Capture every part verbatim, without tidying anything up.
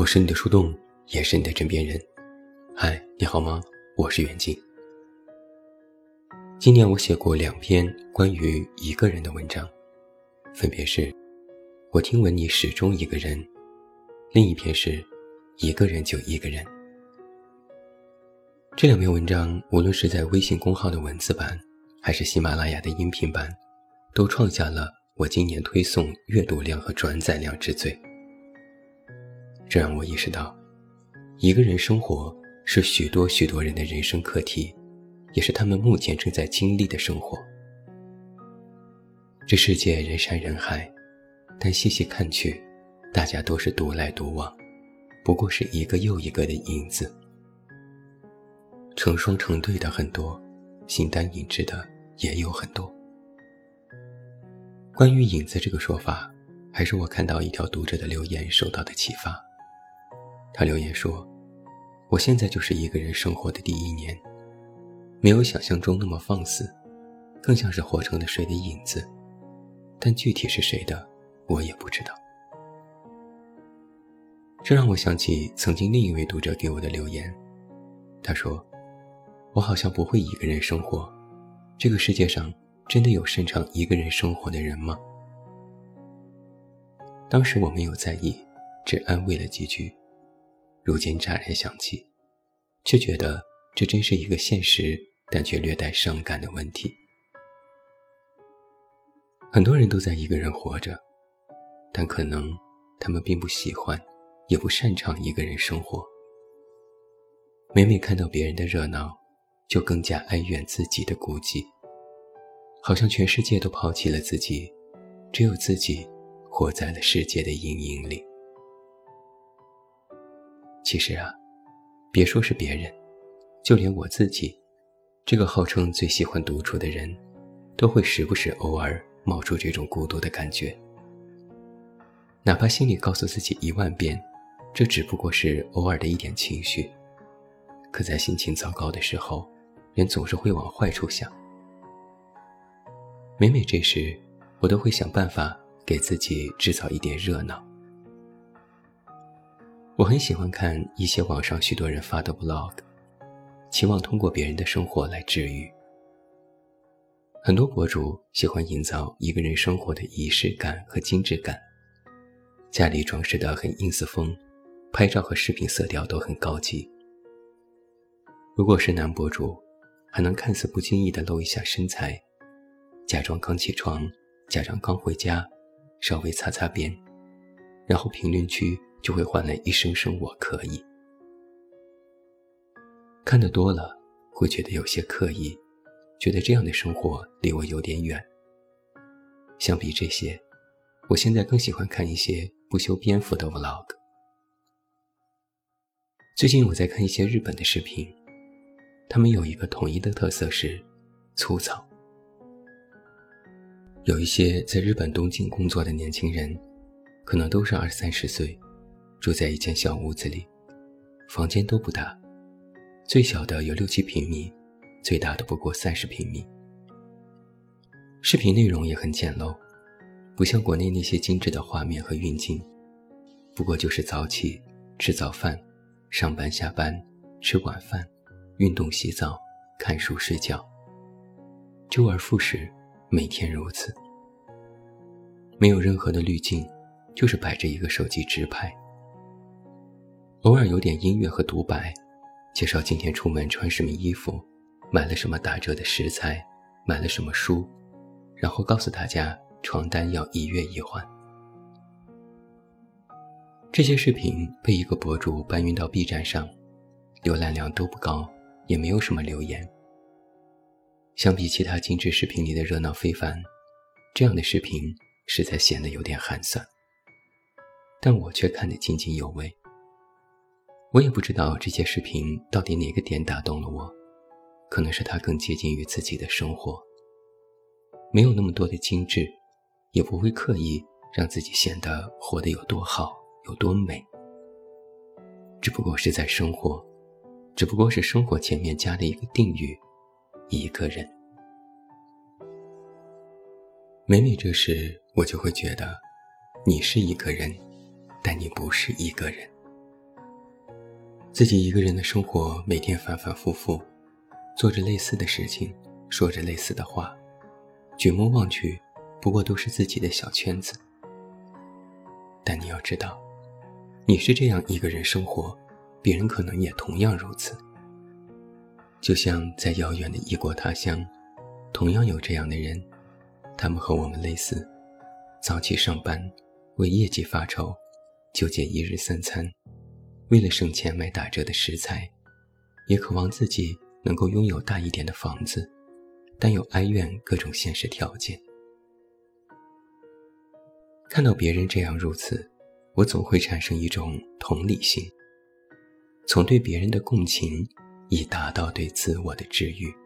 我是你的树洞，也是你的枕边人。嗨，你好吗？我是袁静。今年我写过两篇关于一个人的文章，分别是我听闻你始终一个人，另一篇是一个人就一个人。这两篇文章无论是在微信公号的文字版还是喜马拉雅的音频版，都创下了我今年推送阅读量和转载量之最。这让我意识到，一个人生活是许多许多人的人生课题，也是他们目前正在经历的生活。这世界人山人海，但细细看去，大家都是独来独往，不过是一个又一个的影子。成双成对的很多，形单影只的也有很多。关于影子这个说法，还是我看到一条读者的留言受到的启发。他留言说，我现在就是一个人生活的第一年，没有想象中那么放肆，更像是活成了谁的影子，但具体是谁的我也不知道。这让我想起曾经另一位读者给我的留言，他说，我好像不会一个人生活，这个世界上真的有擅长一个人生活的人吗？当时我没有在意，只安慰了几句，如今乍然想起，却觉得这真是一个现实但却略带伤感的问题。很多人都在一个人活着，但可能他们并不喜欢，也不擅长一个人生活。每每看到别人的热闹，就更加哀怨自己的孤寂，好像全世界都抛弃了自己，只有自己活在了世界的阴影里。其实啊，别说是别人，就连我自己，这个号称最喜欢独处的人，都会时不时偶尔冒出这种孤独的感觉。哪怕心里告诉自己一万遍，这只不过是偶尔的一点情绪，可在心情糟糕的时候，人总是会往坏处想。每每这时，我都会想办法给自己制造一点热闹。我很喜欢看一些网上许多人发的 vlog， 期望通过别人的生活来治愈。很多博主喜欢营造一个人生活的仪式感和精致感，家里装饰得很 ins 风，拍照和视频色调都很高级。如果是男博主，还能看似不经意地露一下身材，假装刚起床，假装刚回家，稍微擦擦边，然后评论区就会换来一声声我可以。看得多了，会觉得有些刻意，觉得这样的生活离我有点远。相比这些，我现在更喜欢看一些不修边幅的 vlog。 最近我在看一些日本的视频，他们有一个统一的特色是粗糙。有一些在日本东京工作的年轻人，可能都是二三十岁，住在一间小屋子里，房间都不大，最小的有六七平米，最大的不过三十平米。视频内容也很简陋，不像国内那些精致的画面和运镜，不过就是早起，吃早饭，上班下班，吃晚饭，运动洗澡，看书睡觉，周而复始，每天如此。没有任何的滤镜，就是摆着一个手机直拍，偶尔有点音乐和独白，介绍今天出门穿什么衣服，买了什么打折的食材，买了什么书，然后告诉大家床单要一月一换。这些视频被一个博主搬运到 B 站上，浏览量都不高，也没有什么留言。相比其他精致视频里的热闹非凡，这样的视频实在显得有点寒酸，但我却看得津津有味。我也不知道这些视频到底哪个点打动了我，可能是它更接近于自己的生活，没有那么多的精致，也不会刻意让自己显得活得有多好，有多美，只不过是在生活，只不过是生活前面加了一个定语，一个人。每每这时，我就会觉得，你是一个人，但你不是一个人。 自己一个人的生活，每天反反复复，做着类似的事情，说着类似的话，举目望去，不过都是自己的小圈子。但你要知道，你是这样一个人生活，别人可能也同样如此。就像在遥远的异国他乡，同样有这样的人，他们和我们类似，早起上班，为业绩发愁，纠结一日三餐，为了省钱买打折的食材，也渴望自己能够拥有大一点的房子，但又哀怨各种现实条件。看到别人这样如此，我总会产生一种同理心，从对别人的共情，以达到对自我的治愈。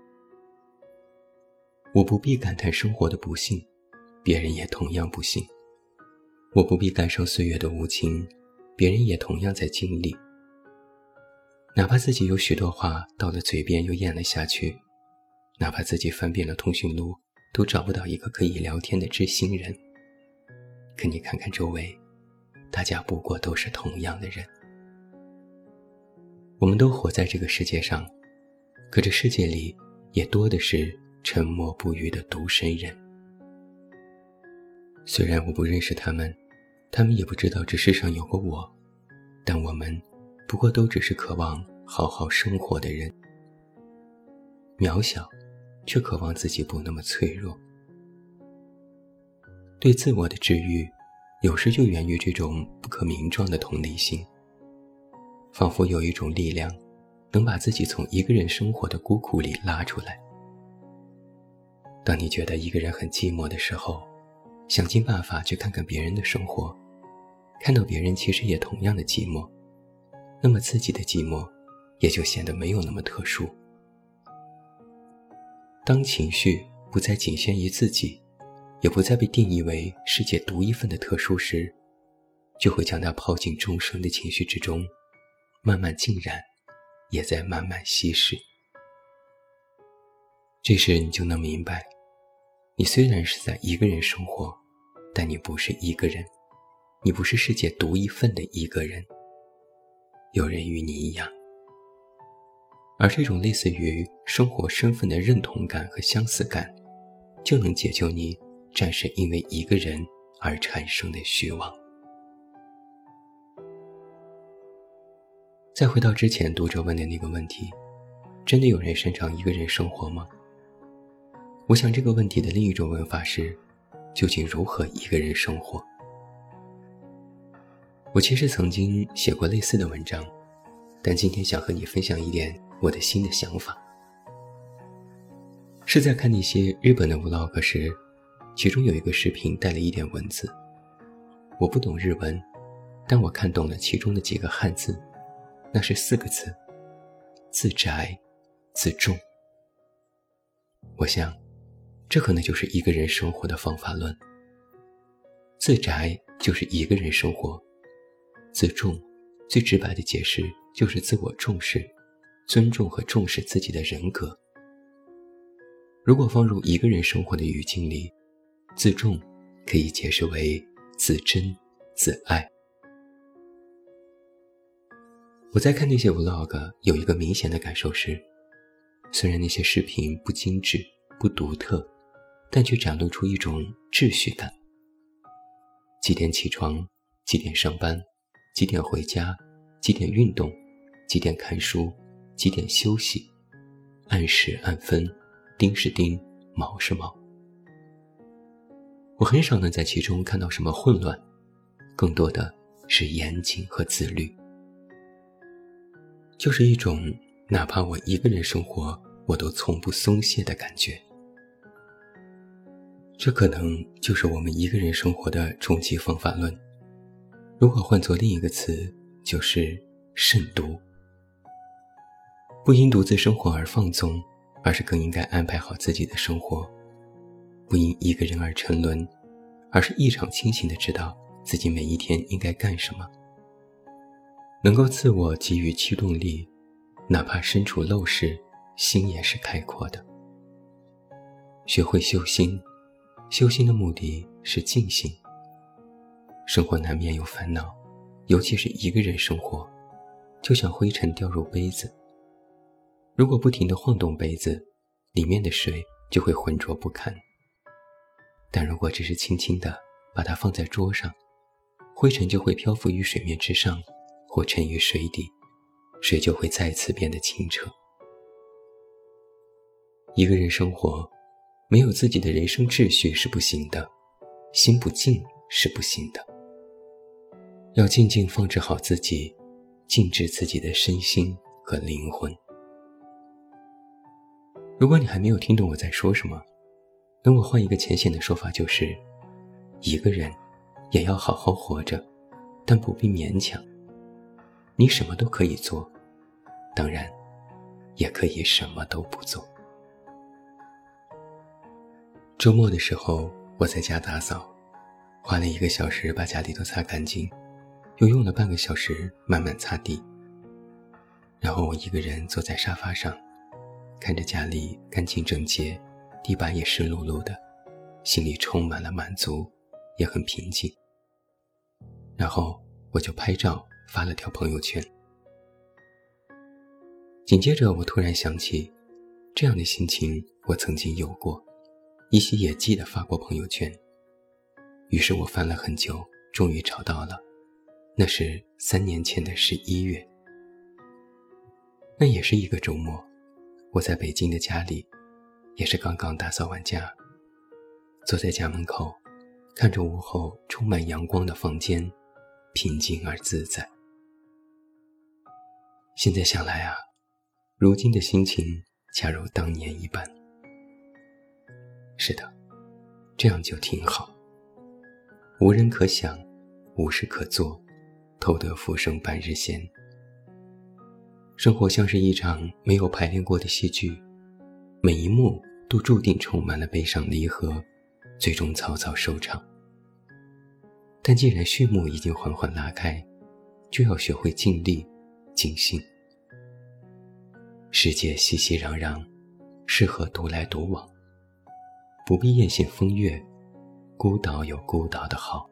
我不必感叹生活的不幸，别人也同样不幸。我不必感伤岁月的无情，别人也同样在经历。哪怕自己有许多话到了嘴边又咽了下去，哪怕自己翻遍了通讯录，都找不到一个可以聊天的知心人，可你看看周围，大家不过都是同样的人。我们都活在这个世界上，可这世界里也多的是沉默不语的独身人。虽然我不认识他们，他们也不知道这世上有个我，但我们不过都只是渴望好好生活的人，渺小，却渴望自己不那么脆弱。对自我的治愈，有时就源于这种不可名状的同理心，仿佛有一种力量，能把自己从一个人生活的孤苦里拉出来。当你觉得一个人很寂寞的时候，想尽办法去看看别人的生活，看到别人其实也同样的寂寞，那么自己的寂寞也就显得没有那么特殊。当情绪不再仅限于自己，也不再被定义为世界独一份的特殊时，就会将它抛进众生的情绪之中，慢慢浸染，也在慢慢稀释。这时你就能明白，你虽然是在一个人生活，但你不是一个人，你不是世界独一份的一个人，有人与你一样。而这种类似于生活身份的认同感和相似感，就能解救你暂时因为一个人而产生的虚妄。再回到之前读者问的那个问题，真的有人擅长一个人生活吗？我想这个问题的另一种问法是，究竟如何一个人生活？我其实曾经写过类似的文章，但今天想和你分享一点我的新的想法。是在看那些日本的 vlog 时，其中有一个视频带了一点文字，我不懂日文，但我看懂了其中的几个汉字，那是四个字：自宅、自重。我想这可能就是一个人生活的方法论。自宅就是一个人生活，自重最直白的解释就是自我重视，尊重和重视自己的人格。如果放入一个人生活的语境里，自重可以解释为自珍、自爱。我在看那些 vlog 有一个明显的感受是，虽然那些视频不精致、不独特，但却展露出一种秩序感。几点起床，几点上班，几点回家，几点运动，几点看书，几点休息，按时按分，丁是丁，卯是卯。我很少能在其中看到什么混乱，更多的是严谨和自律。就是一种哪怕我一个人生活，我都从不松懈的感觉。这可能就是我们一个人生活的终极方法论。如果换作另一个词，就是慎独。不因独自生活而放纵，而是更应该安排好自己的生活。不因一个人而沉沦，而是异常清醒地知道自己每一天应该干什么。能够自我给予驱动力，哪怕身处陋室，心也是开阔的。学会修心，修心的目的是静心。生活难免有烦恼，尤其是一个人生活， 就像灰尘掉入杯子，如果不停地晃动杯子，里面的水就会浑浊不堪。但如果只是轻轻地把它放在桌上，灰尘就会漂浮于水面之上，或沉于水底，水就会再次变得清澈。一个人生活，没有自己的人生秩序是不行的，心不静是不行的。要静静放置好自己，静置自己的身心和灵魂。如果你还没有听懂我在说什么，那我换一个浅显的说法，就是一个人也要好好活着，但不必勉强。你什么都可以做，当然也可以什么都不做。周末的时候，我在家打扫，花了一个小时把家里都擦干净，又用了半个小时慢慢擦地。然后我一个人坐在沙发上，看着家里干净整洁，地板也湿漉漉的，心里充满了满足，也很平静。然后我就拍照发了条朋友圈。紧接着我突然想起，这样的心情我曾经有过，依稀也记得发过朋友圈。于是我翻了很久，终于找到了，那是三年前的十一月。那也是一个周末，我在北京的家里，也是刚刚打扫完家，坐在家门口，看着屋后充满阳光的房间，平静而自在。现在想来啊，如今的心情恰如当年一般。是的，这样就挺好。无人可想，无事可做，偷得浮生半日闲。生活像是一场没有排练过的戏剧，每一幕都注定充满了悲伤离合，最终草草收场。但既然序幕已经缓缓拉开，就要学会尽力尽兴。世界熙熙攘攘，适合独来独往，不必艳羡风月，孤岛有孤岛的好。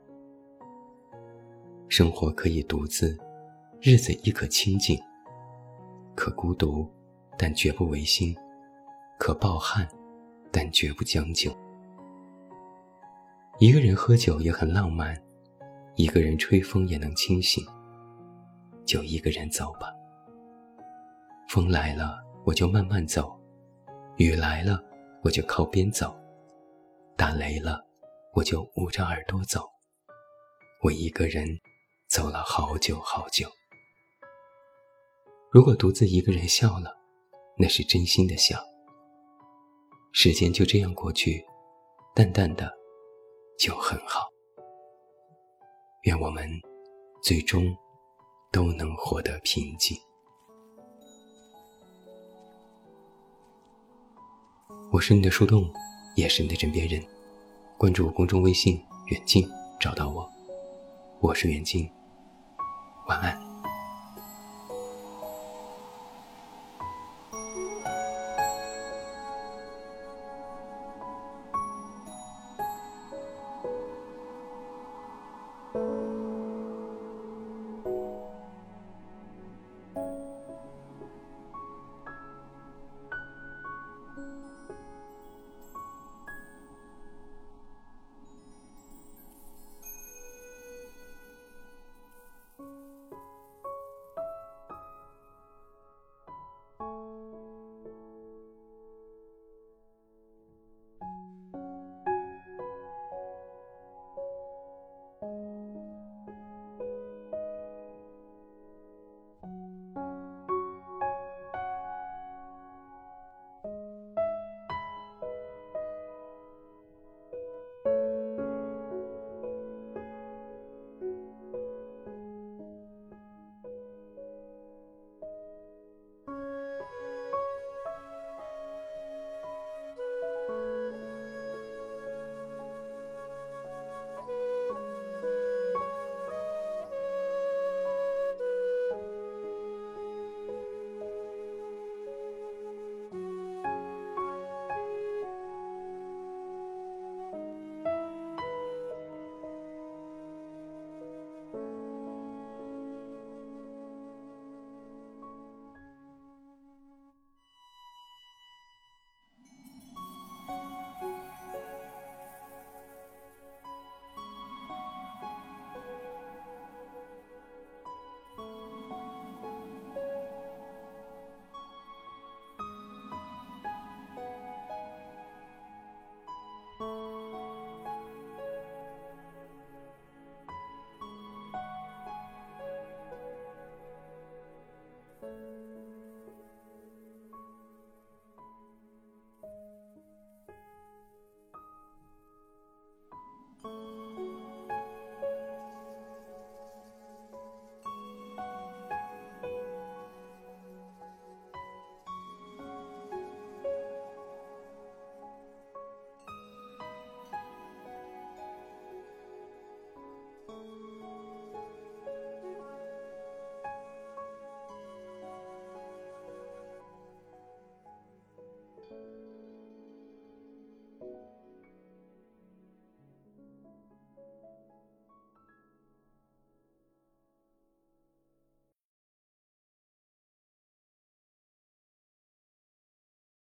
生活可以独自，日子亦可清静，可孤独，但绝不违心；可抱憾，但绝不将就。一个人喝酒也很浪漫，一个人吹风也能清醒，就一个人走吧。风来了，我就慢慢走；雨来了，我就靠边走；打雷了，我就捂着耳朵走。我一个人走了好久好久。如果独自一个人笑了，那是真心的笑。时间就这样过去，淡淡的就很好。愿我们最终都能活得平静。我是你的树洞，也是你的枕边人。关注公众微信远近，找到我。我是远近，晚安。